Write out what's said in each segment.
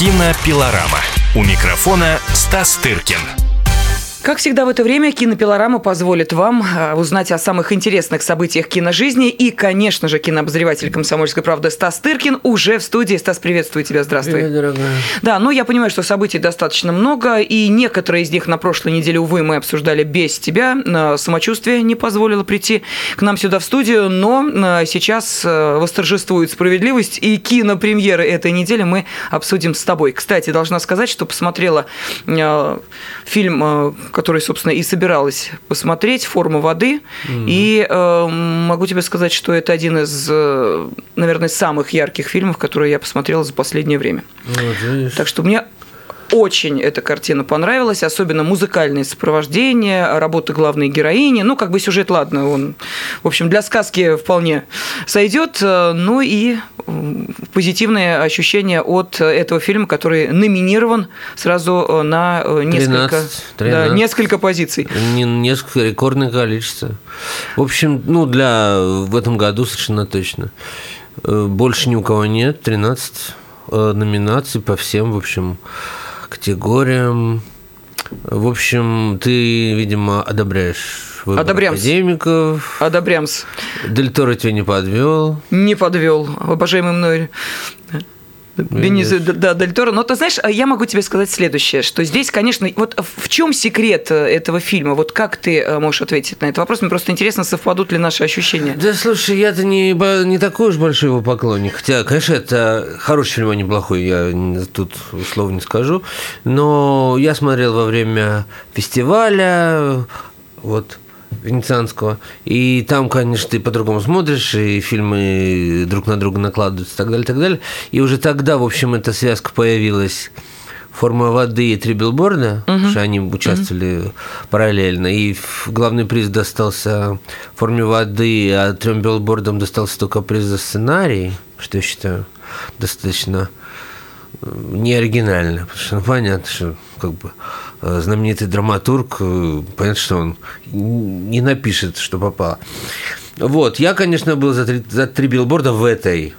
Кинопилорама. У микрофона Стас Тыркин. Как всегда в это время кинопилорама позволит вам узнать о самых интересных событиях киножизни. И, конечно же, кинообозреватель «Комсомольской правды» Стас Тыркин уже в студии. Стас, приветствую тебя, здравствуй. Привет, дорогая. Да, я понимаю, что событий достаточно много, и некоторые из них на прошлой неделе, увы, мы обсуждали без тебя. Самочувствие не позволило прийти к нам сюда в студию, но сейчас восторжествует справедливость, и кинопремьеры этой недели мы обсудим с тобой. Кстати, должна сказать, что посмотрела фильм, который, собственно, и собиралась посмотреть, «Форма воды». И могу тебе сказать, что это один из, наверное, самых ярких фильмов, которые я посмотрела за последнее время. Вот, так что мне очень эта картина понравилась, особенно музыкальное сопровождение, работа главной героини. Сюжет, ладно, он, в общем, для сказки вполне сойдет. И позитивные ощущения от этого фильма, который номинирован сразу на несколько, 13. несколько позиций. Несколько, рекордное количество. В общем, в этом году совершенно точно. Больше ни у кого нет. 13 номинаций по всем, в общем, категориям. В общем, ты, видимо, одобряешь выбор академиков. Одобрямс. Дель Торо тебя не подвел. Не подвел, обожаемый мной Бенизио Дель Торо. Но ты знаешь, я могу тебе сказать следующее, что здесь, конечно, вот в чем секрет этого фильма? Вот как ты можешь ответить на этот вопрос? Мне просто интересно, совпадут ли наши ощущения. Да, слушай, я-то не такой уж большой его поклонник. Хотя, конечно, это хороший фильм, а не плохой, я тут слова не скажу. Но я смотрел во время фестиваля, венецианского, и там, конечно, ты по-другому смотришь, и фильмы друг на друга накладываются, и так далее, и так далее. И уже тогда, в общем, эта связка появилась. «Форма воды» и «Три билборда», потому что они участвовали параллельно, и главный приз достался «Форме воды», а «Трем билбордам» достался только приз за сценарий, что я считаю достаточно неоригинально, потому что понятно, что знаменитый драматург, понятно, что он не напишет, что попало. Я, конечно, был за «Три билборда» в этой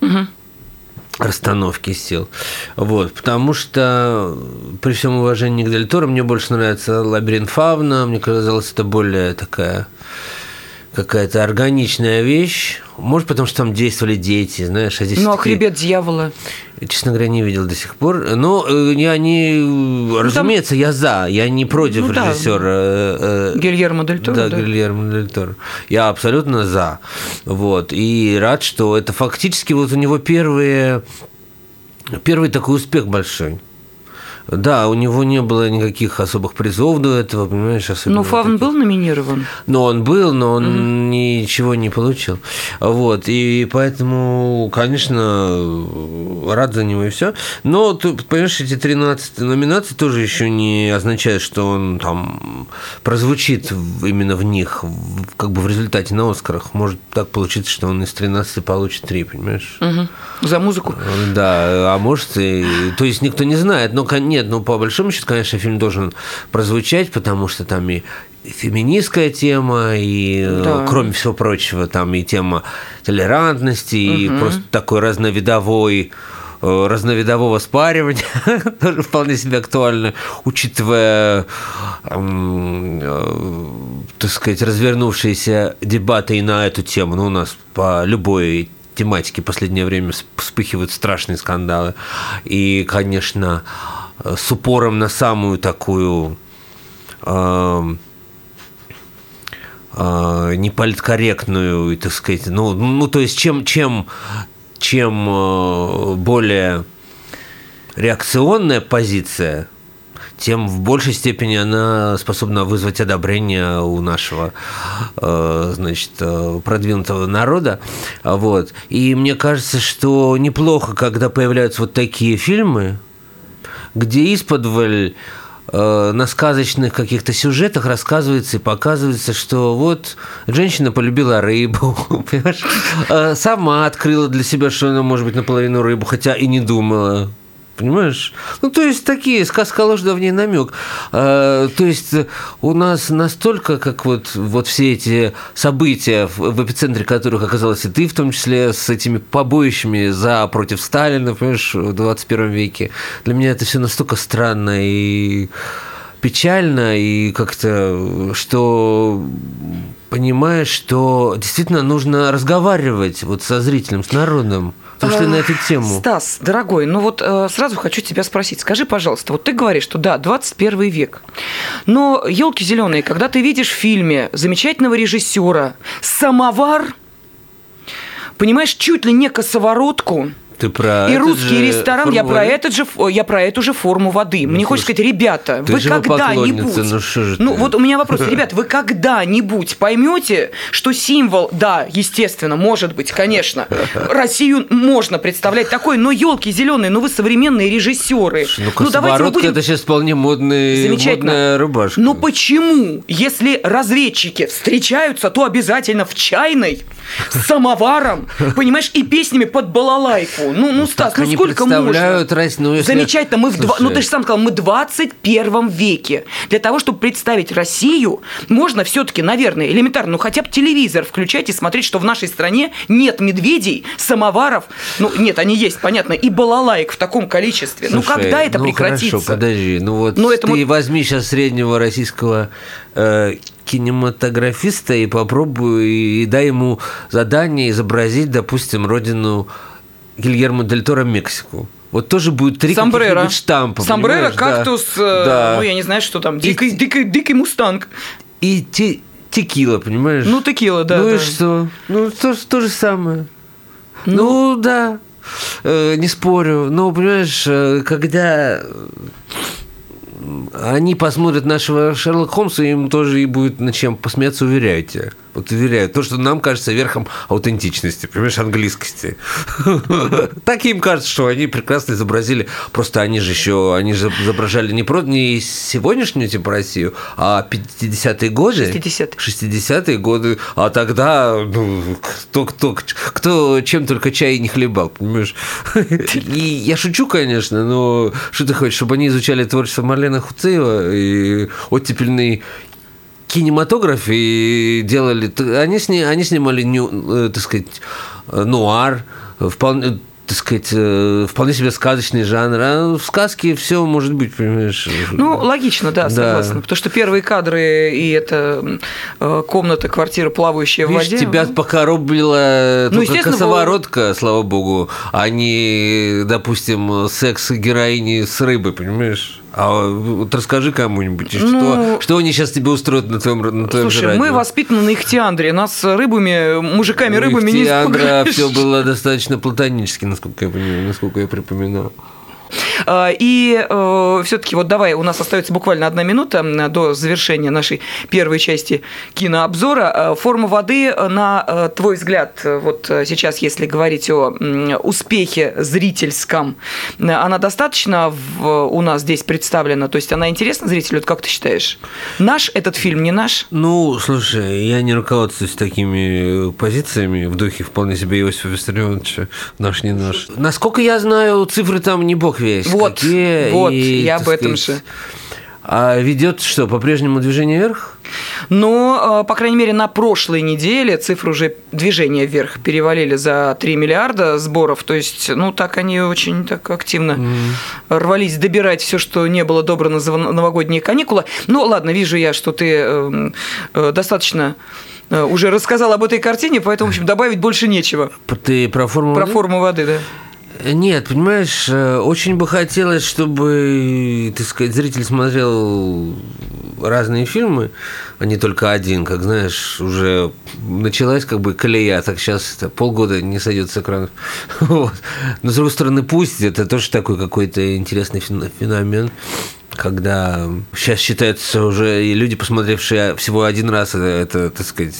расстановке сил. Потому что, при всем уважении к Дель Торо, мне больше нравится «Лабиринт Фавна», мне казалось, это более такая какая-то органичная вещь. Может, потому что там действовали дети, знаешь. «Хребет дьявола». Честно говоря, не видел до сих пор. Но разумеется, я за. Я не против режиссера Гильермо Дель Торо. Да, Гильермо Дель Торо. Я абсолютно за. И рад, что это фактически у него первый такой успех большой. Да, у него не было никаких особых призов до этого, понимаешь? Но Фавн был номинирован? Но он ничего не получил. И поэтому, конечно, рад за него и все. Но, ты понимаешь, эти 13 номинаций тоже еще не означает, что он там прозвучит именно в них, в результате на «Оскарах». Может так получиться, что он из 13 получит 3, понимаешь? За музыку? Да, а может и... То есть никто не знает, но нет, по большому счету, конечно, фильм должен прозвучать, потому что там и феминистская тема, и, кроме всего прочего, там и тема толерантности, и просто такой разновидового спаривания, тоже вполне себе актуально, учитывая, так сказать, развернувшиеся дебаты и на эту тему. У нас по любой тематике в последнее время вспыхивают страшные скандалы. И, конечно, с упором на самую такую неполиткорректную, так сказать, то есть чем более реакционная позиция, тем в большей степени она способна вызвать одобрение у нашего, продвинутого народа. И мне кажется, что неплохо, когда появляются такие фильмы, где исподволь на сказочных каких-то сюжетах рассказывается и показывается, что женщина полюбила рыбу, понимаешь? Сама открыла для себя, что она может быть наполовину рыбу, хотя и не думала. Понимаешь? Ну, то есть, такие, сказка ложь, давний намек. То есть, у нас настолько, как вот все эти события, в эпицентре которых оказалась и ты, в том числе, с этими побоищами против Сталина, понимаешь, в 21 веке, для меня это все настолько странно и печально, и как-то, что понимаешь, что действительно нужно разговаривать вот со зрителем, с народом. В том числе на эту тему. Стас, дорогой, ну вот сразу хочу тебя спросить. Скажи, пожалуйста, вот ты говоришь, что да, 21 век. Но, елки зеленые, когда ты видишь в фильме замечательного режиссера «Самовар», понимаешь, чуть ли не косоворотку, Ты про и русский ресторан, я про эту же форму воды. Мне хочется сказать, ребята, вы когда-нибудь... Ну, вот у меня вопрос. Ребята, вы когда-нибудь поймете, что символ, да, естественно, может быть, конечно, Россию можно представлять такой, но, елки зеленые, ну вы современные режиссеры. Ну, давайте это сейчас вполне модная рубашка. Но почему, если разведчики встречаются, то обязательно в чайной, с самоваром, понимаешь, и песнями под балалайку? Ну, Стас, ну сколько можно? Замечательно, ну ты же сам сказал, мы в 21 веке. Для того, чтобы представить Россию, можно все-таки, наверное, элементарно, ну хотя бы телевизор включать и смотреть, что в нашей стране нет медведей, самоваров, ну нет, они есть, понятно, и балалайк в таком количестве. Слушай, когда это прекратится? Хорошо, подожди, ты возьми сейчас среднего российского кинематографиста и попробуй, и дай ему задание изобразить, допустим, родину Гильермо Дель Торо, Мексику. Вот тоже будет 3 каких-нибудь штампа. Сомбреро, кактус, да. Ну, я не знаю, что там, дикий мустанг. И текила, понимаешь? Ну, текила, да. Ну и что? Ну, то же самое. Ну, да, не спорю. Но, понимаешь, когда они посмотрят нашего Шерлока Холмса, им тоже и будет над чем посмеяться, уверяю тебя. Вот уверяю. То, что нам кажется верхом аутентичности, понимаешь, английскости. Так им кажется, что они прекрасно изобразили. Просто они же изображали не сегодняшнюю типа Россию, а 50-е годы. 60-е годы. А тогда кто чем только чай не хлебал, понимаешь? И я шучу, конечно, но что ты хочешь, чтобы они изучали творчество Марлена Хуцеева и оттепельный кинематограф и делали... Они снимали, так сказать, нуар, вполне, так сказать, вполне себе сказочный жанр. А в сказке все может быть, понимаешь? Ну, логично, да, согласна. Да. Потому что первые кадры и это комната, квартира, плавающая в воде. Тебя покоробила только косоворотка, слава богу, а не, допустим, секс героини с рыбой, понимаешь? А вот расскажи кому-нибудь, что они сейчас тебе устроят на твоем радио. Слушай, мы воспитаны на Ихтиандре, нас мужиками-рыбами не испугаешь. Все было достаточно платонически, насколько я припоминал. И все-таки вот давай, у нас остается буквально 1 минута до завершения нашей первой части кинообзора. «Форма воды», на твой взгляд, вот сейчас, если говорить о успехе зрительском, она достаточно у нас здесь представлена? То есть она интересна зрителю? Как ты считаешь? Наш этот фильм, не наш? Ну, слушай, я не руководствуюсь такими позициями в духе вполне себе Иосифа Виссарионовича. Наш, не наш. Насколько я знаю, цифры там не бог весть. Вот, я об этом же. А ведет что, по-прежнему движение вверх? Ну, по крайней мере, на прошлой неделе цифры уже движения вверх перевалили за 3 миллиарда сборов. То есть, ну, так они очень так активно рвались добирать все, что не было добрано за новогодние каникулы. Ну, ладно, вижу я, что ты достаточно уже рассказал об этой картине, поэтому, в общем, добавить больше нечего. Ты про форму воды? Про форму воды, да. Нет, понимаешь, очень бы хотелось, чтобы, так сказать, зритель смотрел разные фильмы, а не только один, как знаешь, уже началась как бы колея, так сейчас полгода не сойдет с экранов. Вот. Но, с другой стороны, пусть это тоже такой какой-то интересный феномен, когда сейчас считается уже и люди, посмотревшие всего один раз, это так сказать,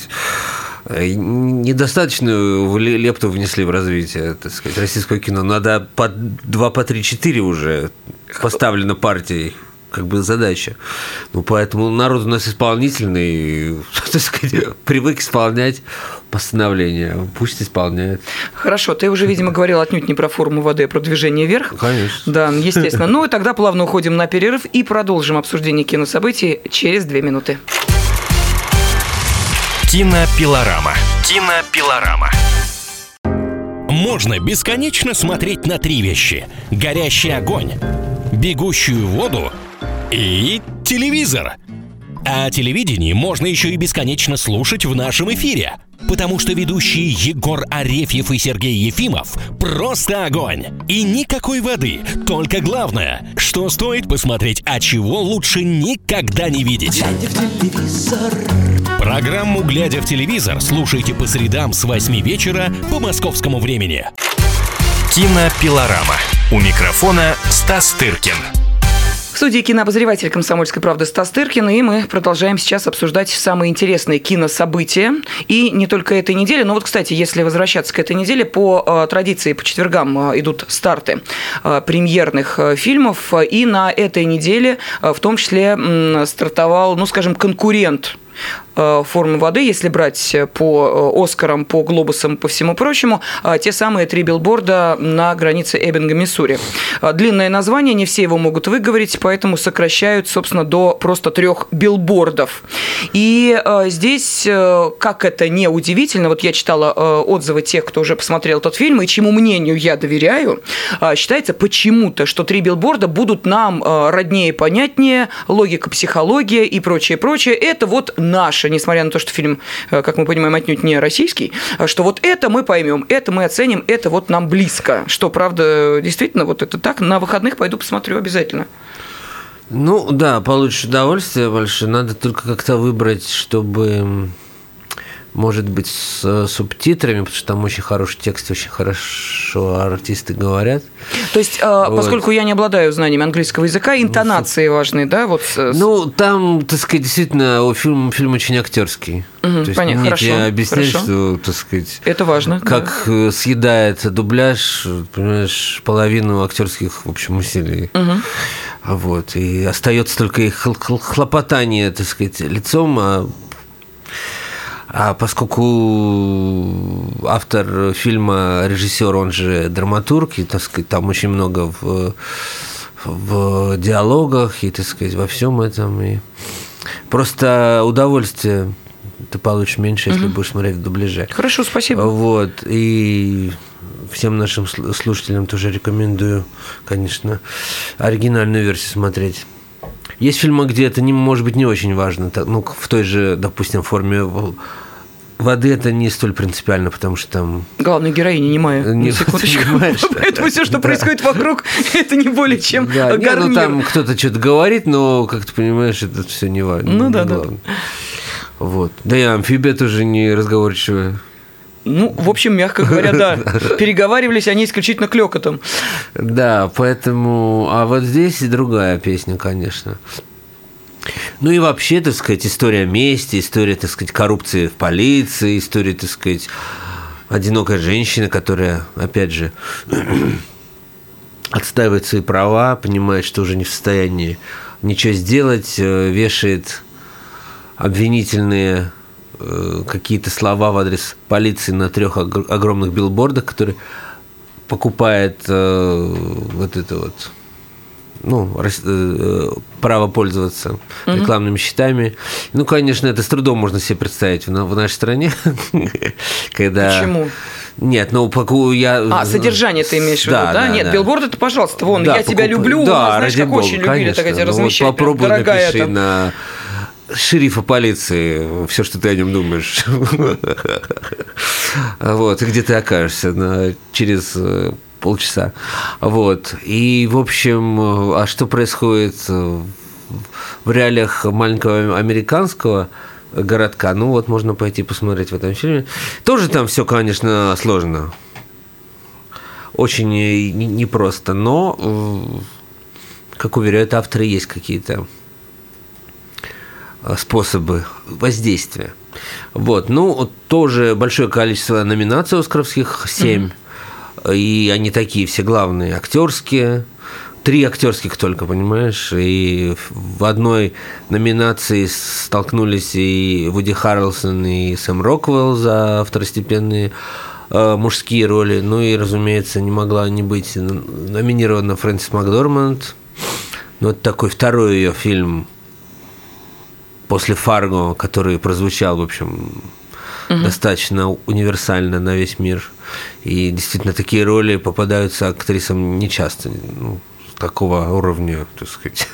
недостаточную лепту внесли в развитие, так сказать, российского кино. Надо по 2, по 3, 4 уже поставлено партией. как бы задача. Ну, поэтому народ у нас исполнительный, так сказать, привык исполнять постановления. Пусть исполняет. Хорошо, ты уже, видимо, говорил отнюдь не про форму воды, а про движение вверх. Конечно. Да, естественно. Ну и тогда плавно уходим на перерыв и продолжим обсуждение кинособытий через 2 минуты. Кинопилорама. Кинопилорама. Можно бесконечно смотреть на 3 вещи: горящий огонь, бегущую воду и телевизор. А телевидение можно еще и бесконечно слушать в нашем эфире, потому что ведущие Егор Арефьев и Сергей Ефимов просто огонь. И никакой воды, только главное, что стоит посмотреть, а чего лучше никогда не видеть. Глядя в телевизор. Программу «Глядя в телевизор» слушайте по средам с 8 вечера по московскому времени. Кинопилорама. У микрофона Стас Тыркин. В студии кинообозреватель «Комсомольской правды» Стас Тыркин, и мы продолжаем сейчас обсуждать самые интересные кинособытия. И не только этой недели, но вот, кстати, если возвращаться к этой неделе, по традиции по четвергам идут старты премьерных фильмов, и на этой неделе в том числе стартовал, ну, скажем, конкурент «Формы воды», если брать по «Оскарам», по «Глобусам», по всему прочему, те самые 3 билборда на границе Эббинга, Миссури. Длинное название, не все его могут выговорить, поэтому сокращают, собственно, до просто 3 билбордов. И здесь, как это не удивительно, вот я читала отзывы тех, кто уже посмотрел этот фильм, и чему мнению я доверяю, считается почему-то, что 3 билборда будут нам роднее, понятнее, логика, психология и прочее, прочее. Это вот наше, несмотря на то, что фильм, как мы понимаем, отнюдь не российский, что вот это мы поймем, это мы оценим, это вот нам близко. Что, правда, действительно, вот это так, на выходных пойду посмотрю обязательно. Ну, да, получишь удовольствие больше. Надо только как-то выбрать, чтобы, может быть, с субтитрами, потому что там очень хороший текст, очень хорошо артисты говорят. То есть, поскольку я не обладаю знаниями английского языка, интонации важны, да? Вот. Ну, там, так сказать, действительно, фильм очень актерский. То есть понятно, мне хорошо, тебе объяснять, хорошо. что, так сказать, это важно, как съедает дубляж, понимаешь, половину актерских, в общем, усилий. Вот. И остается только их хлопотание, так сказать, лицом, а поскольку автор фильма, режиссер, он же драматург, и, так сказать, там очень много в диалогах, и, так сказать, во всем этом. И просто удовольствие ты получишь меньше, если будешь смотреть в дубляже. Хорошо, спасибо. Вот. И всем нашим слушателям тоже рекомендую, конечно, оригинальную версию смотреть. Есть фильмы, где это, может быть, не очень важно. Ну, в той же, допустим, «Форме воды» это не столь принципиально, потому что там... Главная героиня немая, на секундочку. Поэтому все, что происходит вокруг, это не более чем гарнир. Ну, там кто-то что-то говорит, но, как ты понимаешь, это все не важно. Ну, да. Вот. Да и амфибия тоже не разговорчивая. Ну, в общем, мягко говоря, да. Переговаривались они исключительно клёкотом. Да, поэтому... А вот здесь и другая песня, конечно. Ну и вообще, так сказать, история мести, история, так сказать, коррупции в полиции, история, так сказать, одинокой женщины, которая, опять же, отстаивает свои права, понимает, что уже не в состоянии ничего сделать, вешает обвинительные какие-то слова в адрес полиции на 3 огромных билбордах, которые покупает вот это вот, ну, право пользоваться рекламными щитами. Ну, конечно, это с трудом можно себе представить в нашей стране. Когда... Почему? Нет, ну, пока я... содержание ты имеешь в виду, да? Нет, билборд это, пожалуйста, вон, да, я тебя люблю, да, знаешь, как очень любили так эти размещать. Вот попробуй дорогая напиши на шерифа полиции все, что ты о нем думаешь. Вот, и где ты окажешься через полчаса. Вот. И, в общем, а что происходит в реалиях маленького американского городка? Ну, вот можно пойти посмотреть в этом фильме. Тоже там все, конечно, сложно. Очень непросто, но, как уверяют авторы, есть какие-то способы воздействия. Вот. Ну, тоже большое количество номинаций оскаровских, 7. И они такие все главные, актерские, 3 актерских только, понимаешь? И в одной номинации столкнулись и Вуди Харрельсон, и Сэм Роквелл за второстепенные мужские роли. Ну и, разумеется, не могла не быть номинирована Фрэнсис Макдорманд. Ну, это такой второй ее фильм после «Фарго», который прозвучал, в общем, достаточно универсально на весь мир. И действительно, такие роли попадаются актрисам нечасто. Ну, такого уровня, так сказать,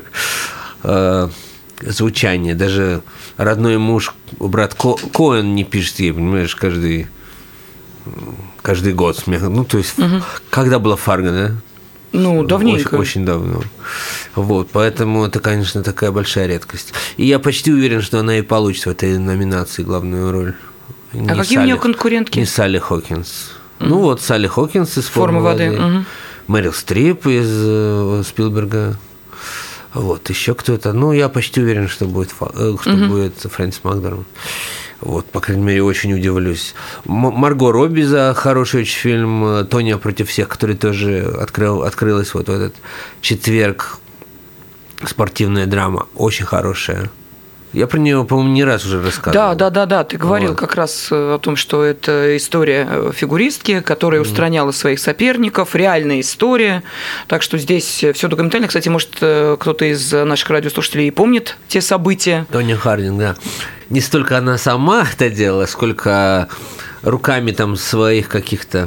звучания. Даже родной муж, брат Коэн не пишет ей, понимаешь, каждый год смех. Ну, то есть, когда была «Фарго», да? Ну, давненько. Очень давно. Вот, поэтому это, конечно, такая большая редкость. И я почти уверен, что она и получит в этой номинации главную роль. А какие у нее конкурентки? Не Салли Хокинс. Ну вот, Салли Хокинс из «Формы воды». Мэрил Стрип из Спилберга. Вот, еще кто-то. Ну, я почти уверен, что будет Фрэнсис Макдорманд. Вот, по крайней мере, очень удивлюсь. Марго Робби за хороший очень фильм «Тоня против всех», который тоже открылась вот в этот четверг. Спортивная драма. Очень хорошая. Я про нее, по-моему, не раз уже рассказывал. Да. Ты говорил как раз о том, что это история фигуристки, которая устраняла своих соперников, реальная история. Так что здесь все документально. Кстати, может, кто-то из наших радиослушателей помнит те события. Тоня Хардинг, да. Не столько она сама это делала, сколько руками там своих каких-то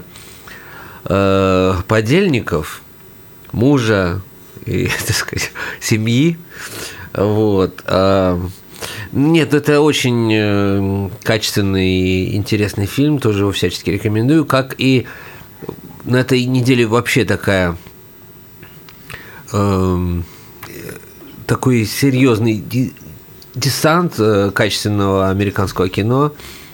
подельников, мужа и, так сказать, семьи. Вот. Нет, это очень качественный и интересный фильм, тоже его всячески рекомендую, как и на этой неделе вообще такой серьезный десант качественного американского кино.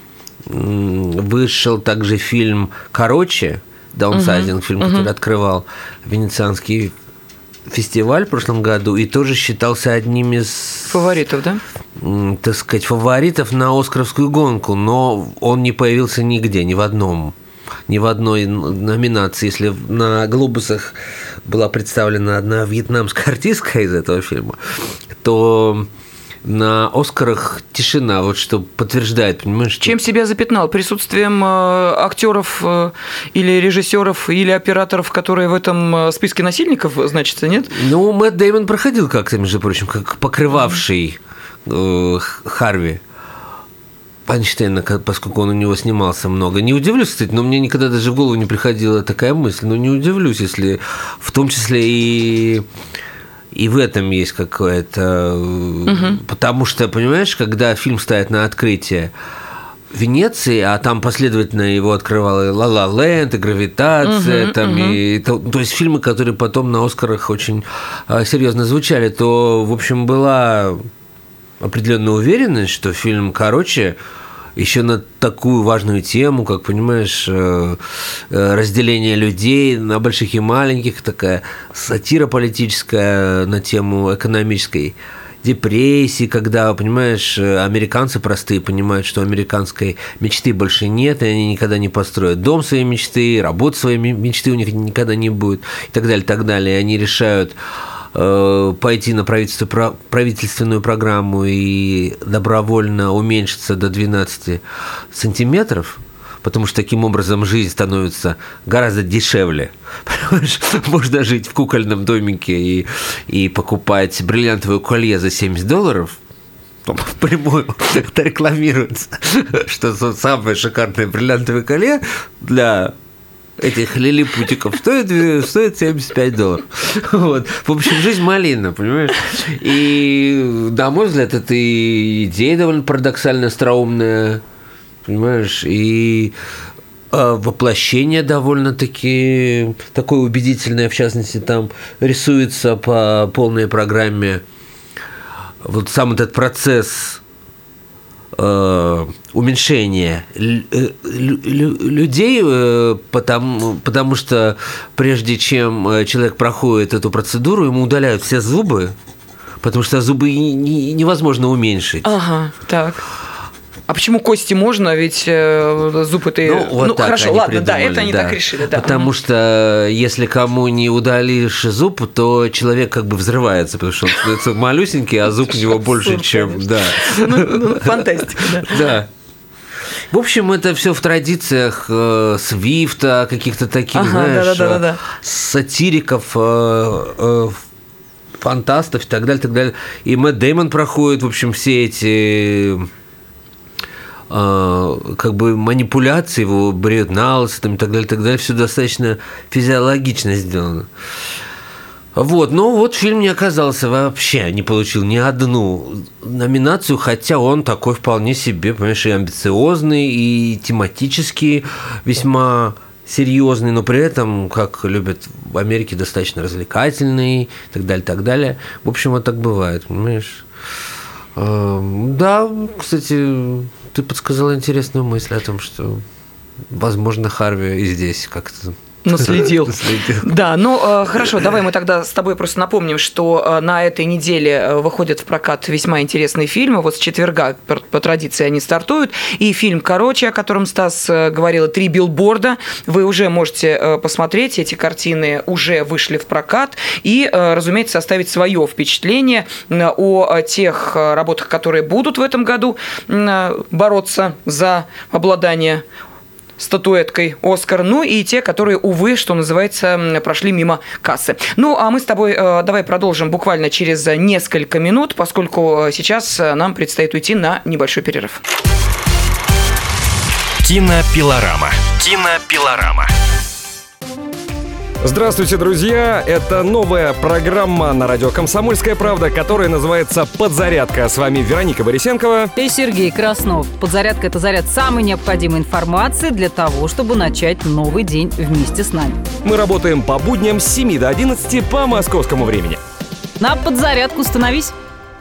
Вышел также фильм «Короче», даунсайзинг, фильм, который открывал Венецианский фестиваль в прошлом году и тоже считался одним из фаворитов, да? Так сказать, фаворитов на Оскаровскую гонку, но он не появился нигде, ни в одной номинации. Если на «Глобусах» была представлена одна вьетнамская артистка из этого фильма, то на «Оскарах» тишина, вот что подтверждает, понимаешь? Чем себя запятнал? Присутствием актеров или режиссеров, или операторов, которые в этом списке насильников значатся, нет? Ну, Мэтт Дэймон проходил как-то, между прочим, как покрывавший Харви Вайнштейна, поскольку он у него снимался много. Не удивлюсь, кстати, но мне никогда даже в голову не приходила такая мысль, но не удивлюсь, если в том числе и в этом есть какое-то... Потому что, понимаешь, когда фильм ставят на открытие в Венеции, а там последовательно его открывал и «Ла Ла Ленд», и «Гравитация», то есть фильмы, которые потом на «Оскарах» очень серьезно звучали, то, в общем, была определенная уверенность, что фильм «Короче» еще на такую важную тему, как, понимаешь, разделение людей на больших и маленьких, такая сатира политическая на тему экономической депрессии, когда, понимаешь, американцы простые понимают, что американской мечты больше нет, и они никогда не построят дом своей мечты, работы своей мечты у них никогда не будет, и так далее, так далее. И они решают пойти на правительственную программу и добровольно уменьшиться до 12 сантиметров, потому что таким образом жизнь становится гораздо дешевле. Можно жить в кукольном домике и покупать бриллиантовое колье за $70, впрямую это рекламируется, что самое шикарное бриллиантовое колье для этих лилипутиков стоит $75. Вот. В общем, жизнь малина, понимаешь? И, на мой взгляд, это и идея довольно парадоксально остроумная, понимаешь? И воплощение довольно-таки такое убедительное, в частности, там рисуется по полной программе. Вот сам этот процесс уменьшение людей, потому что прежде чем человек проходит эту процедуру, ему удаляют все зубы, потому что зубы невозможно уменьшить. Ага, так. А почему кости можно? Ведь зуб это... Вот так хорошо, они ладно, придумали, да, это они так решили. Да. Потому что если кому не удалишь зуб, то человек как бы взрывается, потому что он малюсенький, а зуб у него больше, чем... Да. Фантастика, да. Да. В общем, это все в традициях Свифта, каких-то таких, знаешь, сатириков, фантастов и так далее, так далее. И Мэтт Дэймон проходит, в общем, все эти как бы манипуляции, его бреют на лысо и так далее, все достаточно физиологично сделано. Вот, но вот фильм не оказался вообще, не получил ни одну номинацию, хотя он такой вполне себе, понимаешь, и амбициозный, и тематически весьма серьезный, но при этом, как любят в Америке, достаточно развлекательный и так далее, так далее. В общем, вот так бывает, понимаешь. Да, кстати, ты подсказала интересную мысль о том, что, возможно, Харви и здесь как-то... Наследил. Да, хорошо, давай мы тогда с тобой просто напомним, что на этой неделе выходят в прокат весьма интересные фильмы. Вот с четверга по традиции они стартуют. И фильм «Короче», о котором Стас говорил, «Три билборда». Вы уже можете посмотреть, эти картины уже вышли в прокат. И, разумеется, составить свое впечатление о тех работах, которые будут в этом году бороться за обладание статуэткой «Оскар», и те, которые, увы, что называется, прошли мимо кассы. А мы с тобой давай продолжим буквально через несколько минут, поскольку сейчас нам предстоит уйти на небольшой перерыв. Кинопилорама. Кинопилорама. Здравствуйте, друзья! Это новая программа на радио «Комсомольская правда», которая называется «Подзарядка». С вами Вероника Борисенкова и Сергей Краснов. Подзарядка – это заряд самой необходимой информации для того, чтобы начать новый день вместе с нами. Мы работаем по будням с 7 до 11 по московскому времени. На подзарядку становись!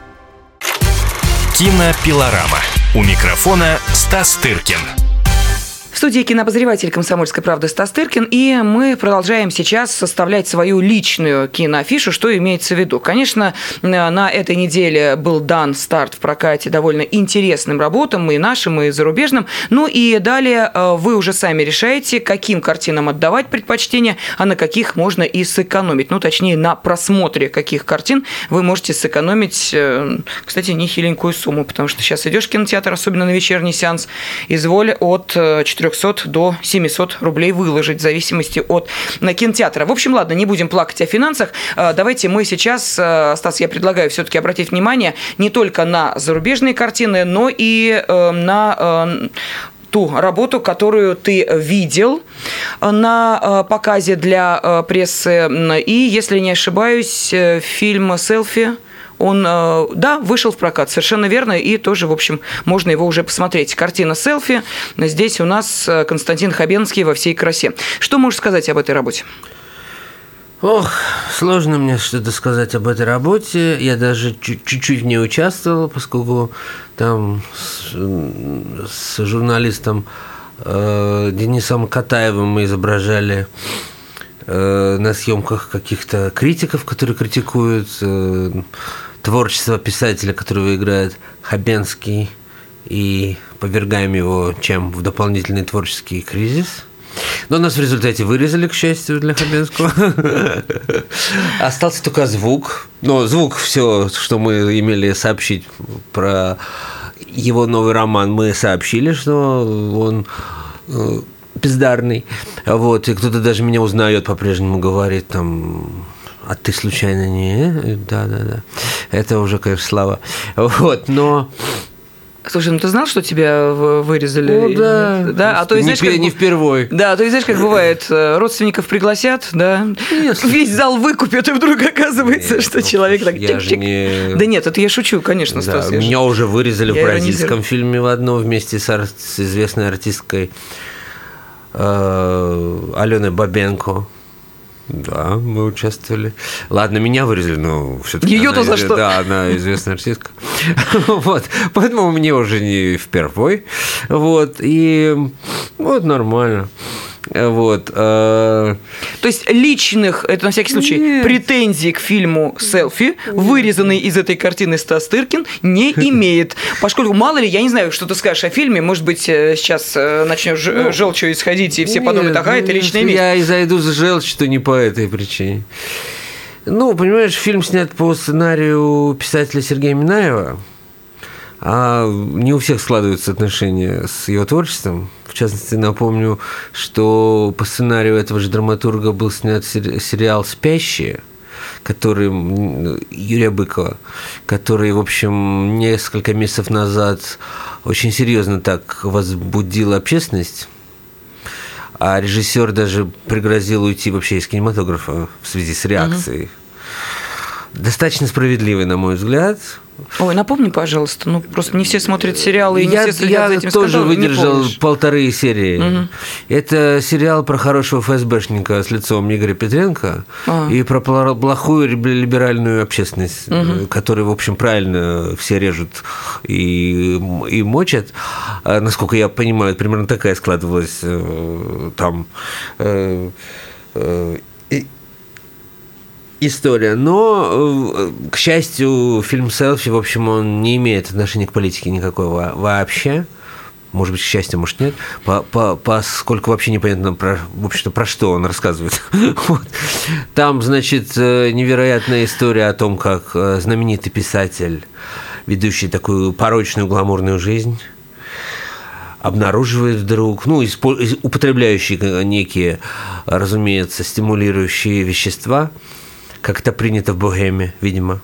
Кинопилорама. У микрофона Стас Тыркин. В студии кинообозреватель «Комсомольской правды» Стас Тыркин, и мы продолжаем сейчас составлять свою личную киноафишу, что имеется в виду. Конечно, на этой неделе был дан старт в прокате довольно интересным работам, и нашим, и зарубежным. И далее вы уже сами решаете, каким картинам отдавать предпочтение, а на каких можно и сэкономить. Точнее, на просмотре каких картин вы можете сэкономить, кстати, нехиленькую сумму, потому что сейчас идешь в кинотеатр, особенно на вечерний сеанс, изволь от 400 до 700 рублей выложить, в зависимости от кинотеатра. В общем, ладно, не будем плакать о финансах. Давайте мы сейчас, Стас, я предлагаю все-таки обратить внимание не только на зарубежные картины, но и на ту работу, которую ты видел на показе для прессы. И, если не ошибаюсь, фильм «Селфи». Он, вышел в прокат, совершенно верно, и тоже, в общем, можно его уже посмотреть. Картина «Селфи». Здесь у нас Константин Хабенский во всей красе. Что можешь сказать об этой работе? Сложно мне что-то сказать об этой работе. Я даже чуть-чуть в ней участвовал, поскольку там с журналистом Денисом Катаевым мы изображали на съемках каких-то критиков, которые критикуют творчество писателя, которого играет Хабенский, и повергаем его в дополнительный творческий кризис. Но нас в результате вырезали, к счастью, для Хабенского. Остался только звук. Но звук, все, что мы имели сообщить про его новый роман, мы сообщили, что он бездарный. И кто-то даже меня узнает, по-прежнему говорит там: а ты случайно не? Да. Это уже, конечно, слава. Но... Слушай, ты знал, что тебя вырезали? Да. А то, знаешь, не впервой. Да, то есть, знаешь, как бывает, родственников пригласят, да, весь зал выкупят, и вдруг оказывается, что человек так чик-чик. Да нет, это я шучу, конечно, Стас. Меня уже вырезали в бразильском фильме в одном вместе с известной артисткой Аленой Бабенко. Да, мы участвовали. Ладно, меня вырезали, но все-таки... Ее-то за что? Да, она известная артистка. Поэтому мне уже не впервой. И нормально. Вот. То есть личных, это на всякий случай, претензий к фильму «Селфи», вырезанный из этой картины Стас Тыркин, не имеет. Поскольку, мало ли, я не знаю, что ты скажешь о фильме, может быть, сейчас начнешь желчью исходить, и все подумают, ага, это личное место. Я и зайду за желчь, что не по этой причине. Ну, понимаешь, фильм снят по сценарию писателя Сергея Минаева, а не у всех складываются отношения с его творчеством. В частности, напомню, что по сценарию этого же драматурга был снят сериал «Спящие», который Юрия Быкова, который, в общем, несколько месяцев назад очень серьезно так возбудил общественность. А режиссер даже пригрозил уйти вообще из кинематографа в связи с реакцией. Достаточно справедливый, на мой взгляд. Ой, напомни, пожалуйста, ну просто не все смотрят сериалы, и не все следят за этим Я тоже выдержал 1,5 серии. Угу. Это сериал про хорошего ФСБшника с лицом Игоря Петренко и про плохую либеральную общественность, которую, в общем, правильно все режут и мочат. Насколько я понимаю, примерно такая складывалась там история. Но, к счастью, фильм «Селфи», в общем, он не имеет отношения к политике никакого вообще. Может быть, к счастью, может, нет. Поскольку вообще непонятно, про что он рассказывает. Вот. Там, значит, невероятная история о том, как знаменитый писатель, ведущий такую порочную гламурную жизнь, обнаруживает вдруг, употребляющий некие, разумеется, стимулирующие вещества, как это принято в Богеме, видимо.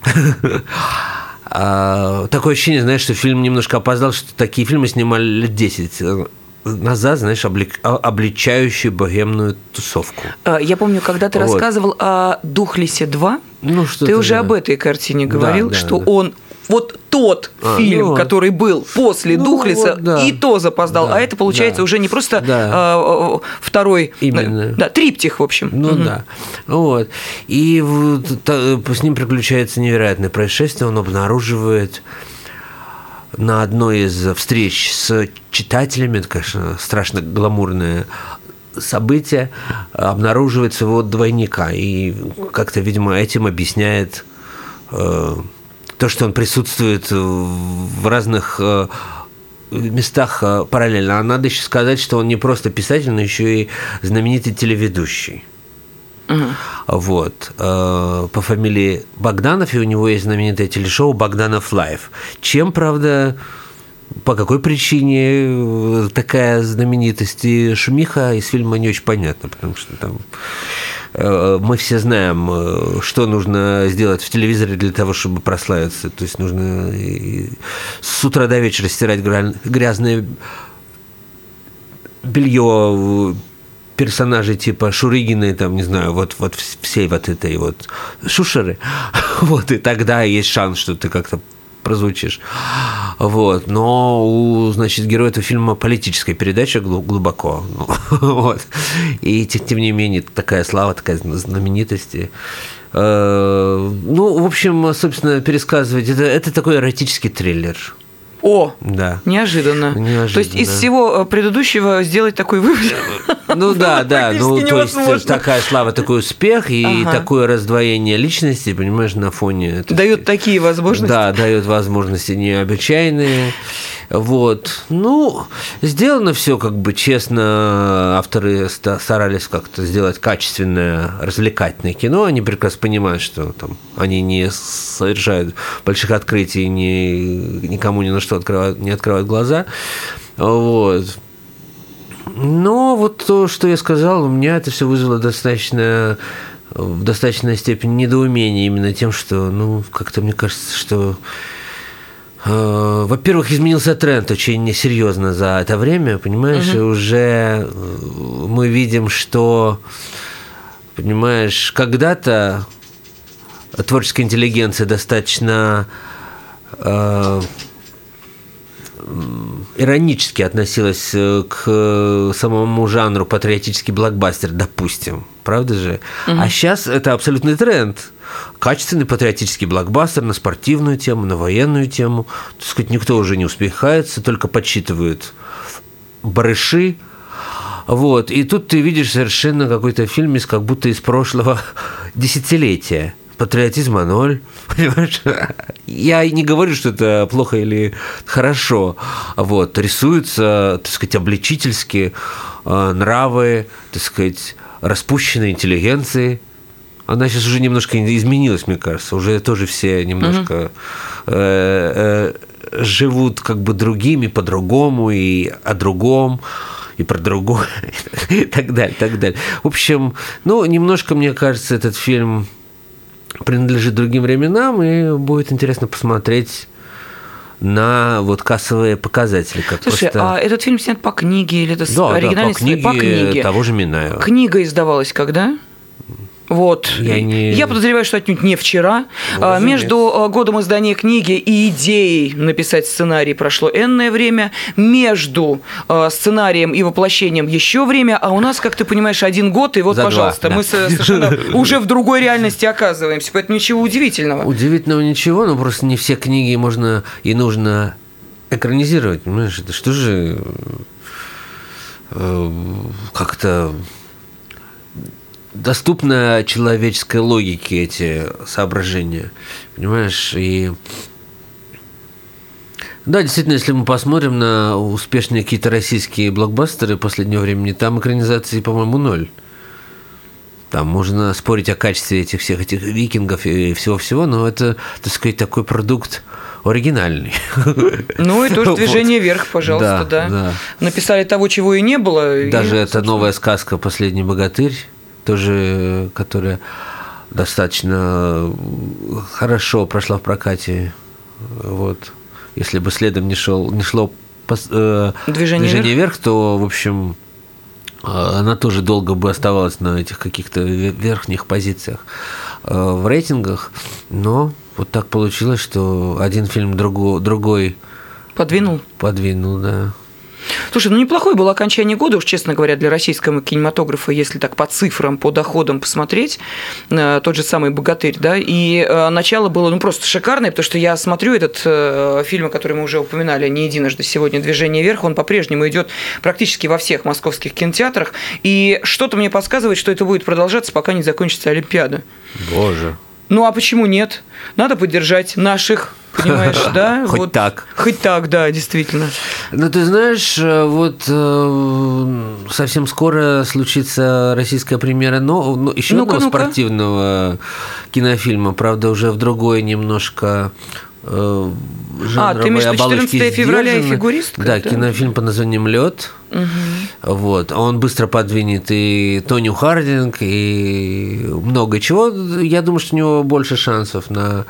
Такое ощущение, знаешь, что фильм немножко опоздал, что такие фильмы снимали лет 10 назад, знаешь, обличающие богемную тусовку. Я помню, когда ты рассказывал о «Духлесе 2», ты уже об этой картине говорил, что он... Вот тот фильм, который был после «Духлеса», и то запоздал. А это, получается, уже не просто второй... Именно. Да, триптих, в общем. Да. Вот. И с ним приключается невероятное происшествие. Он обнаруживает на одной из встреч с читателями, это, конечно, страшно гламурное событие, обнаруживает своего двойника. И как-то, видимо, этим объясняет... то, что он присутствует в разных местах параллельно. А надо еще сказать, что он не просто писатель, но еще и знаменитый телеведущий. Вот. По фамилии Богданов, и у него есть знаменитое телешоу «Богданов Лайв». Чем, правда, по какой причине такая знаменитость и шумиха из фильма не очень понятно, потому что там... Мы все знаем, что нужно сделать в телевизоре для того, чтобы прославиться. То есть нужно с утра до вечера стирать грязное белье персонажей типа Шурыгиной, там, не знаю, вот всей вот этой вот шушеры. Вот, и тогда есть шанс, что ты как-то прозвучишь. Вот. Но значит, герой этого фильма политическая передача глубоко. Вот. И тем не менее, такая слава, такая знаменитость. В общем, собственно, пересказывать. Это такой эротический триллер. О, да. Неожиданно. То есть из всего предыдущего сделать такой вывод? Да. То есть такая слава, такой успех и такое раздвоение личности, понимаешь, на фоне... Дает такие возможности. Да, дает возможности необычайные. Вот. Сделано все как бы честно. Авторы старались как-то сделать качественное, развлекательное кино. Они прекрасно понимают, что там они не совершают больших открытий, никому ни на что не открывают глаза. Вот. Но вот то, что я сказал, у меня это все вызвало в достаточной степени недоумение именно тем, что, как-то мне кажется, что... Во-первых, изменился тренд очень несерьезно за это время, понимаешь, и уже мы видим, что, понимаешь, когда-то творческая интеллигенция достаточно иронически относилась к самому жанру патриотический блокбастер, допустим, правда же? А сейчас это абсолютный тренд. Качественный патриотический блокбастер на спортивную тему, на военную тему. Так сказать, никто уже не успехается, только подсчитывают барыши, Вот. И тут ты видишь совершенно какой-то фильм как будто из прошлого десятилетия. Патриотизма ноль, понимаешь? Я не говорю, что это плохо или хорошо. Вот. Рисуются, так сказать, обличительски нравы, так сказать, распущенной интеллигенции. Она сейчас уже немножко изменилась, мне кажется. Уже тоже все немножко живут как бы другими, по-другому, и о другом, и про другое, и так далее, так далее. В общем, ну, немножко, мне кажется, этот фильм принадлежит другим временам, и будет интересно посмотреть на вот кассовые показатели. Как Слушай, просто... а этот фильм снят по книге или это Да, оригинальный по книге того же Минаева. Книга издавалась когда? Вот. Я подозреваю, что отнюдь не вчера. Между годом издания книги и идеей написать сценарий прошло энное время. Между сценарием и воплощением еще время. А у нас, как ты понимаешь, 1 год, и вот, За пожалуйста, 2, да. мы совершенно уже в другой реальности оказываемся. Поэтому ничего удивительного. Удивительного ничего, но просто не все книги можно и нужно экранизировать. Понимаешь, это что же как-то... доступно человеческой логике эти соображения, понимаешь, и да, действительно, если мы посмотрим на успешные какие-то российские блокбастеры последнего времени, там экранизации, по-моему, 0. Там можно спорить о качестве всех этих викингов и всего-всего, но это, так сказать, такой продукт оригинальный. Ну и тоже «Движение вверх», пожалуйста, да. Написали того, чего и не было. Даже эта новая сказка «Последний богатырь», тоже, которая достаточно хорошо прошла в прокате. Вот. Если бы следом не шло «Движение вверх», то, в общем, она тоже долго бы оставалась на этих каких-то верхних позициях в рейтингах. Но вот так получилось, что один фильм другой подвинул, да. Слушай, ну неплохое было окончание года, уж честно говоря, для российского кинематографа, если так по цифрам, по доходам посмотреть, тот же самый «Богатырь», да, и начало было, ну, просто шикарное, потому что я смотрю этот фильм, который мы уже упоминали не единожды сегодня, «Движение вверх», он по-прежнему идет практически во всех московских кинотеатрах, и что-то мне подсказывает, что это будет продолжаться, пока не закончится Олимпиада. Боже. Ну, а почему нет? Надо поддержать наших, понимаешь, да? Хоть так. Хоть так, да, действительно. Ну, ты знаешь, вот совсем скоро случится российская премьера еще одного спортивного кинофильма, правда, уже в другой немножко жанровой ты имеешь в виду оболочке 14 февраля и сдержанной. «Фигуристка»? Да, кинофильм под названием «Лед». Угу. Вот. Он быстро подвинет и Тоню Хардинг, и много чего. Я думаю, что у него больше шансов на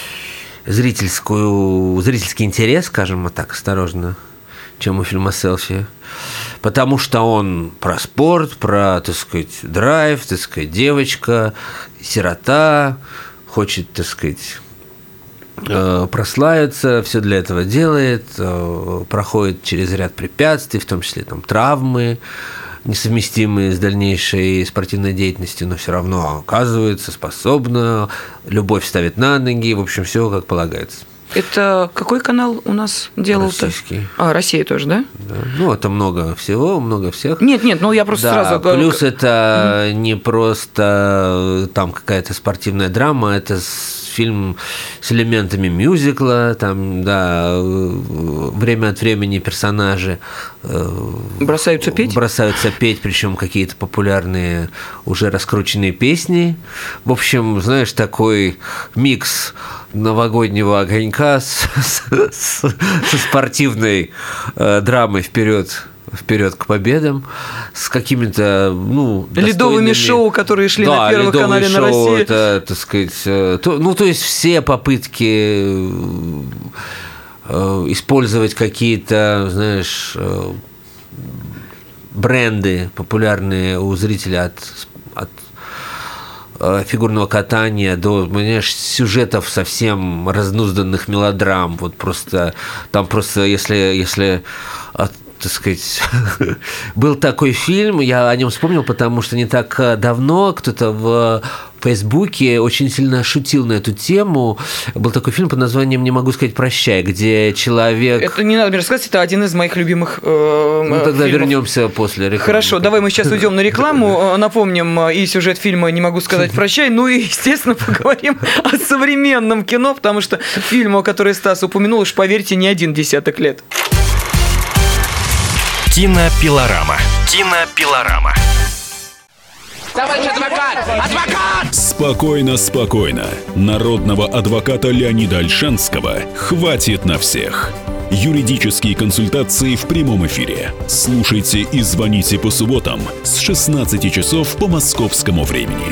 зрительский интерес, скажем так, осторожно, чем у фильма «Селфи». Потому что он про спорт, про, так сказать, драйв, так сказать, девочка, сирота, хочет, так сказать, прославиться, все для этого делает, проходит через ряд препятствий, в том числе там травмы, несовместимые с дальнейшей спортивной деятельностью, но все равно оказывается способна, любовь ставит на ноги, в общем, все как полагается. Это какой канал у нас делал-то? Российский. Россия тоже, да? Да. Ну, это много всего, много всех. Нет, ну я просто сразу говорю. Плюс это не просто там какая-то спортивная драма, это фильм с элементами мюзикла, там, да, время от времени персонажи бросаются петь, причем какие-то популярные, уже раскрученные песни. В общем, знаешь, такой микс новогоднего огонька со спортивной драмой вперед к победам, с какими-то, ледовыми шоу, которые шли на Первом канале на России. Это, так сказать, то есть все попытки использовать какие-то, знаешь, бренды популярные у зрителя от фигурного катания до, понимаешь, сюжетов совсем разнузданных мелодрам. Вот просто там если так сказать, был такой фильм, я о нем вспомнил, потому что не так давно кто-то в Фейсбуке очень сильно шутил на эту тему. Был такой фильм под названием «Не могу сказать прощай», где человек... Это не надо мне рассказать, это один из моих любимых тогда фильмов. вернемся после рекламы. Хорошо, давай мы сейчас уйдем на рекламу, напомним и сюжет фильма «Не могу сказать прощай», ну и, естественно, поговорим о современном кино, потому что фильм, который Стас упомянул, уж поверьте, не один десяток лет. Кинопилорама. Кинопилорама. Товарищ адвокат! Адвокат! Спокойно, спокойно. Народного адвоката Леонида Ольшанского хватит на всех. Юридические консультации в прямом эфире. Слушайте и звоните по субботам с 16 часов по московскому времени.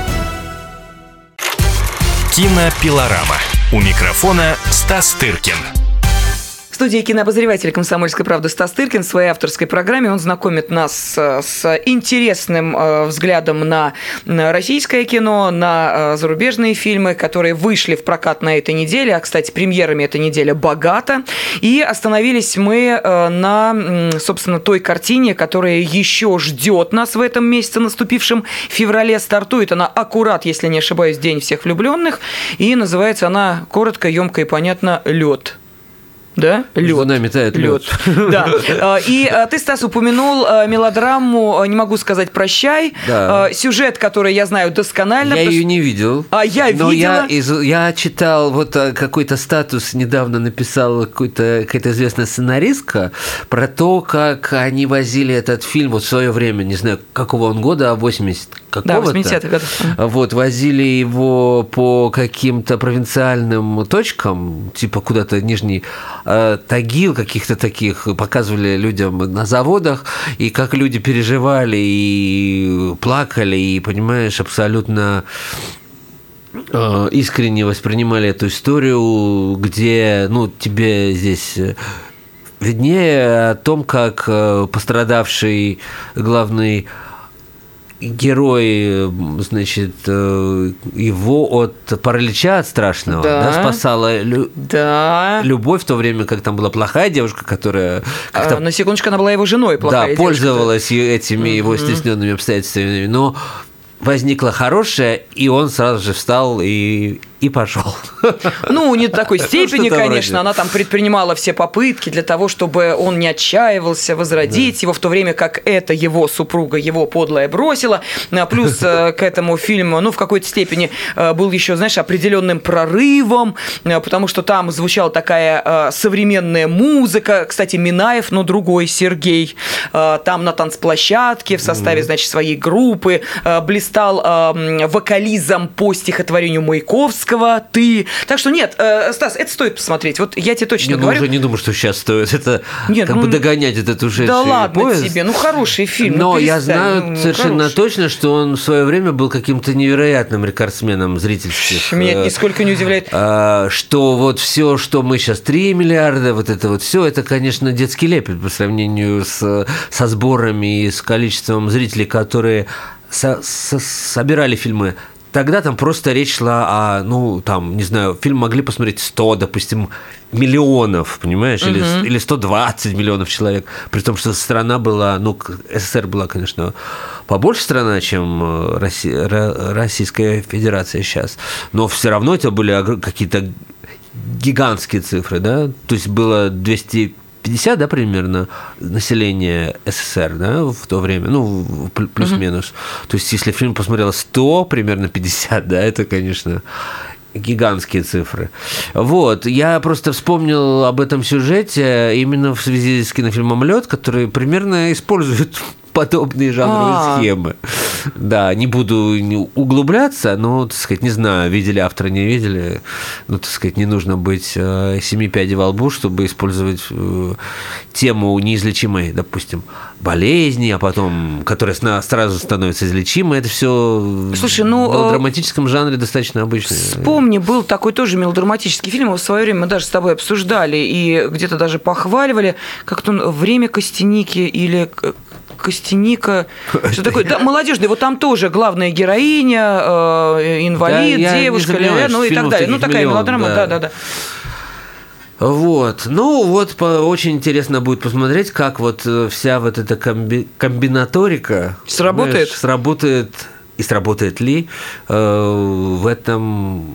Кинопилорама. У микрофона Стас Тыркин. В студии кинообозреватель «Комсомольской правды» Стас Тыркин в своей авторской программе. Он знакомит нас с интересным взглядом на российское кино, на зарубежные фильмы, которые вышли в прокат на этой неделе. А, кстати, премьерами эта неделя богата. И остановились мы на, собственно, той картине, которая еще ждет нас в этом месяце наступившем. В феврале стартует она аккурат, если не ошибаюсь, День всех влюбленных. И называется она коротко, емко и понятно «Лед». Да? Лед. За нами тает лед. Да. И ты, Стас, упомянул мелодраму «Не могу сказать прощай». Да. Сюжет, который я знаю досконально. Я ее не видел. А я видела. Я читал, вот какой-то статус недавно написала какая-то известная сценаристка про то, как они возили этот фильм вот в свое время, не знаю, какого он года, а 80 какого-то. Да, 80-х годов. Вот, возили его по каким-то провинциальным точкам, типа куда-то Нижний Тагил, каких-то таких, показывали людям на заводах, и как люди переживали и плакали, и, понимаешь, абсолютно искренне воспринимали эту историю, где, ну, тебе здесь виднее о том, как пострадавший главный герой, значит, его от паралича, от страшного, да, спасала любовь, в то время как там была плохая девушка, которая... На секундочку, она была его женой, плохая девушка. Да, пользовалась этими его стесненными обстоятельствами, но возникла хорошая, и он сразу же встал и пошел. Ну, не до такой степени, конечно. Она там предпринимала все попытки для того, чтобы он не отчаивался, возродить его, в то время как это его супруга, его подлая бросила. Плюс к этому фильму, ну, в какой-то степени был еще, знаешь, определенным прорывом, потому что там звучала такая современная музыка. Кстати, Минаев, но другой Сергей. Там на танцплощадке в составе, значит, своей группы блистал вокализм по стихотворению Маяковского. Ты. Так что нет, Стас, это стоит посмотреть. Вот я тебе точно говорю. Я уже не думаю, что сейчас стоит. Это как бы догонять этот ушедший да ладно поезд. тебе, хороший фильм. Но я знаю совершенно точно, что он в свое время был каким-то невероятным рекордсменом зрительских. Меня это нисколько не удивляет. Что вот все, что мы сейчас 3 миллиарда, вот это вот все, это, конечно, детский лепет по сравнению со сборами и с количеством зрителей, которые собирали фильмы. Тогда там просто речь шла о, ну, там, не знаю, фильм могли посмотреть 100, допустим, миллионов, понимаешь, или 120 миллионов человек, при том, что страна была, ну, СССР была, конечно, побольше страна, чем Российская Федерация сейчас, но все равно это были какие-то гигантские цифры, да, то есть было 250, да, примерно, население СССР, да, в то время, ну, плюс-минус. То есть, если фильм посмотрело 100, примерно 50, да, это, конечно, гигантские цифры. Вот, я просто вспомнил об этом сюжете именно в связи с кинофильмом «Лед», который примерно использует подобные жанровые схемы. Да, не буду углубляться, но, так сказать, не знаю, видели автора, не видели. Ну, так сказать, не нужно быть 7 пядей во лбу, чтобы использовать тему неизлечимой, допустим, болезни, а потом, которая сразу становится излечимой. Это все в мелодраматическом жанре достаточно обычно. Вспомни, был такой тоже мелодраматический фильм, его в свое время мы даже с тобой обсуждали и где-то даже похваливали, как-то он «Время Костяники» или Костяника, что такое, да, молодежный, вот там тоже главная героиня, инвалид, да, девушка, ну и так далее. Ну, такая мелодрама, да. Вот, ну вот очень интересно будет посмотреть, как вот вся вот эта комбинаторика сработает и сработает ли в этом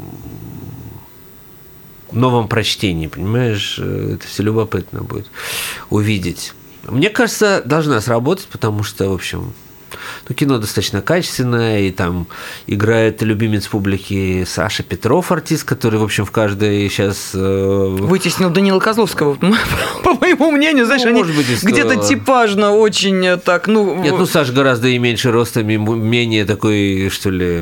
новом прочтении, понимаешь? Это все любопытно будет увидеть. Мне кажется, должна сработать, потому что, в общем, кино достаточно качественное, и там играет любимец публики Саша Петров, артист, который, в общем, в каждой сейчас... Вытеснил Данила Козловского, по моему мнению, знаешь, они где-то типажно очень так, Нет, Саша гораздо и меньше ростом, и менее такой, что ли...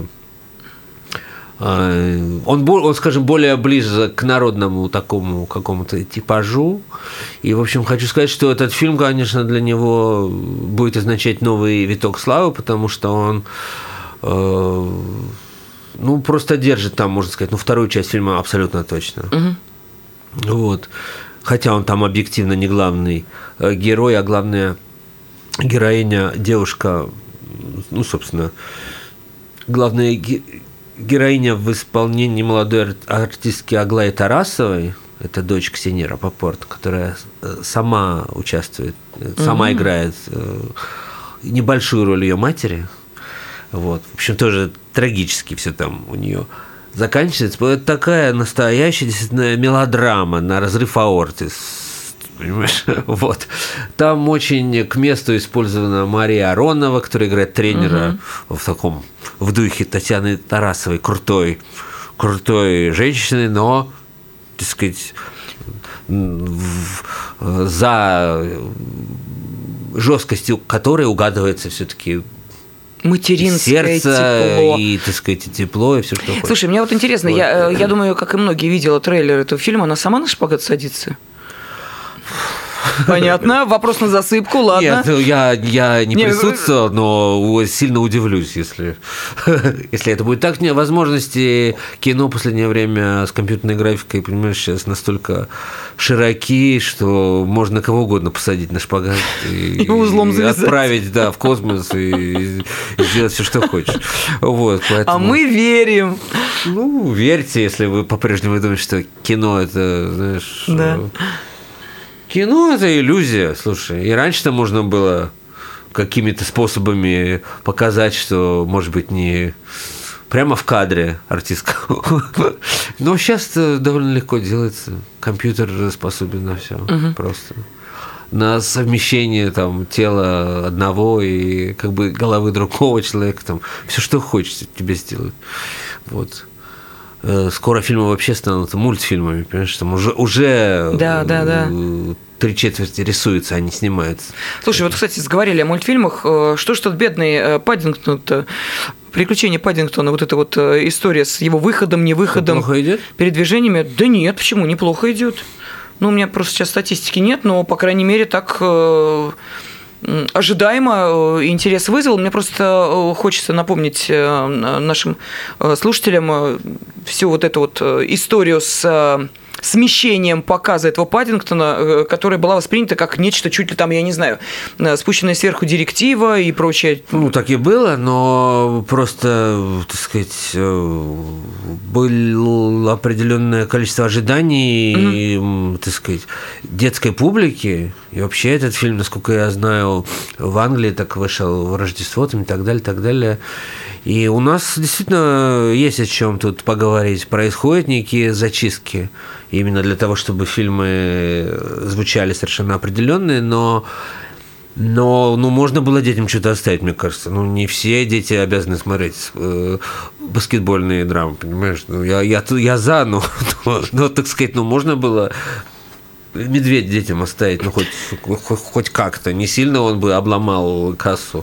Он, скажем, более ближе к народному такому какому-то типажу. И, в общем, хочу сказать, что этот фильм, конечно, для него будет означать новый виток славы, потому что он просто держит там, можно сказать, вторую часть фильма абсолютно точно. Вот. Хотя он там объективно не главный герой, а главная героиня, девушка, собственно, главная героиня в исполнении молодой артистки Аглаи Тарасовой, это дочь Ксении Рапопорт, которая сама участвует, сама играет небольшую роль ее матери. Вот. В общем, тоже трагически все там у нее заканчивается. Это такая настоящая действительно мелодрама на разрыв аорты. Понимаешь? Вот. Там очень к месту использована Мария Аронова, которая играет тренера в духе Татьяны Тарасовой, крутой женщины, но, так сказать, за жесткостью которой угадывается все-таки материнское сердце тепло. И, так сказать, тепло, и все, что хочешь. Слушай, мне вот интересно, я думаю, как и многие видела трейлер этого фильма, она сама на шпагат садится? Понятно. Вопрос на засыпку, ладно. Нет, я не присутствовал, но сильно удивлюсь, если это будет так. Возможности кино в последнее время с компьютерной графикой, понимаешь, сейчас настолько широки, что можно кого угодно посадить на шпагат и узлом завязать. Отправить в космос и сделать все, что хочешь. Вот, поэтому... А мы верим. Верьте, если вы по-прежнему думаете, что кино – это, знаешь... Да. Кино – это иллюзия, слушай. И раньше-то можно было какими-то способами показать, что, может быть, не прямо в кадре артистка. Но сейчас это довольно легко делается. Компьютер способен на все просто. На совмещение тела одного и головы другого человека. Все, что хочется, тебе сделают. Вот. Скоро фильмы вообще станут мультфильмами, понимаешь, там уже да. 3/4 рисуются, а не снимаются. Слушай, вот, кстати, заговорили о мультфильмах. Что ж тот бедный Паддингтон-то? Приключения Паддингтона, вот эта вот история с его выходом, невыходом, плохо идет? Передвижениями. Да нет, почему? Неплохо идет. У меня просто сейчас статистики нет, но, по крайней мере, так... ожидаемо интерес вызвал. Мне просто хочется напомнить нашим слушателям всю вот эту вот историю с смещением показа этого Паддингтона, которая была воспринята как нечто чуть ли я не знаю, спущенная сверху директива и прочее. Так и было, но просто, так сказать, было определенное количество ожиданий, так сказать, детской публики. И вообще этот фильм, насколько я знаю, в Англии так вышел в Рождество и так далее, так далее. И у нас действительно есть о чем тут поговорить. Происходят некие зачистки именно для того, чтобы фильмы звучали совершенно определенные, но можно было детям что-то оставить, мне кажется. Не все дети обязаны смотреть баскетбольные драмы, понимаешь? Я за, но так сказать, можно было «Медведь» детям оставить, хоть как-то. Не сильно он бы обломал кассу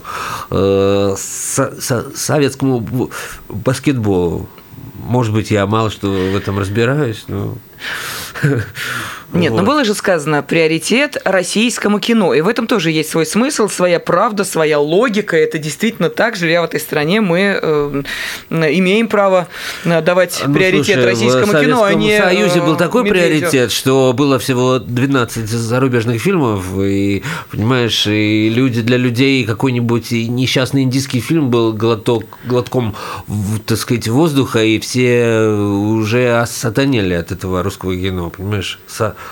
советскому баскетболу. Может быть, я мало что в этом разбираюсь, но... Нет, но было же сказано приоритет российскому кино. И в этом тоже есть свой смысл, своя правда, своя логика. Это действительно так. Живя в этой стране, мы имеем право давать приоритет российскому кино, а не В Союзе был такой Медведю. приоритет, что было всего 12 зарубежных фильмов, и, понимаешь, и для людей какой-нибудь несчастный индийский фильм был глотком, так сказать, воздуха, и все уже осатанели от этого русского кино, понимаешь?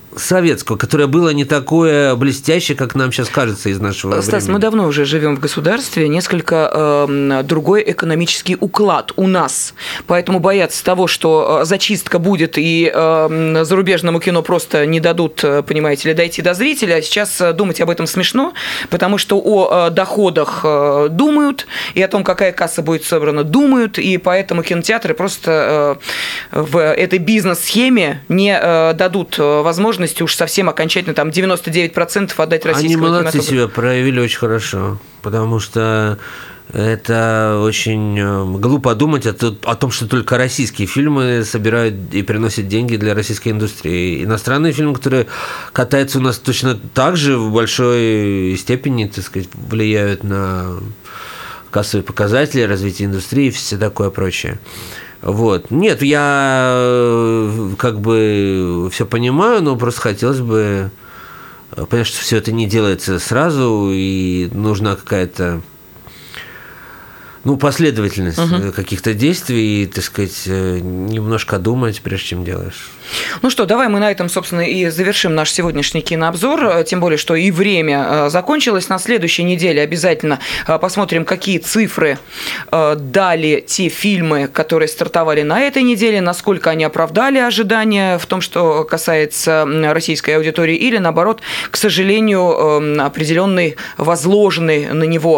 советского, которое было не такое блестящее, как нам сейчас кажется из нашего времени. Стас, мы давно уже живем в государстве, несколько другой экономический уклад у нас. Поэтому бояться того, что зачистка будет и зарубежному кино просто не дадут, понимаете ли, дойти до зрителя, сейчас думать об этом смешно, потому что о доходах думают, и о том, какая касса будет собрана, думают, и поэтому кинотеатры просто в этой бизнес-схеме не дадут возможности уж совсем окончательно там 99% отдать российскому Они молодцы, кинематографу. себя проявили очень хорошо, потому что это очень глупо думать о том, что только российские фильмы собирают и приносят деньги для российской индустрии. Иностранные фильмы, которые катаются у нас точно так же в большой степени, так сказать, влияют на кассовые показатели, развитие индустрии и все такое прочее. Вот. Нет, я как бы все понимаю, но просто хотелось бы понять, что все это не делается сразу, и нужна какая-то последовательность каких-то действий, и, так сказать, немножко думать, прежде чем делаешь. Ну что, давай мы на этом, собственно, и завершим наш сегодняшний кинообзор, тем более, что и время закончилось. На следующей неделе обязательно посмотрим, какие цифры дали те фильмы, которые стартовали на этой неделе, насколько они оправдали ожидания в том, что касается российской аудитории, или, наоборот, к сожалению, определенные возложенные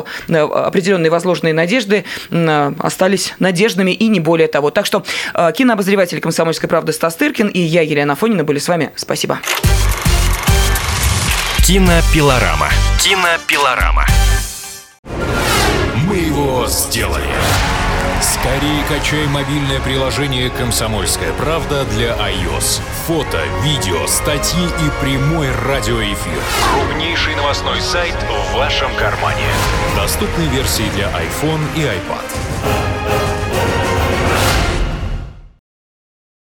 надежды остались надеждами и не более того. Так что кинообозреватель «Комсомольской правды» Стас Тыркин и я, Елена Афонина, были с вами. Спасибо. Кинопилорама. Кинопилорама. Мы его сделали. Скорее качай мобильное приложение «Комсомольская правда» для iOS. Фото, видео, статьи и прямой радиоэфир. Крупнейший новостной сайт в вашем кармане. Доступны версии для iPhone и iPad.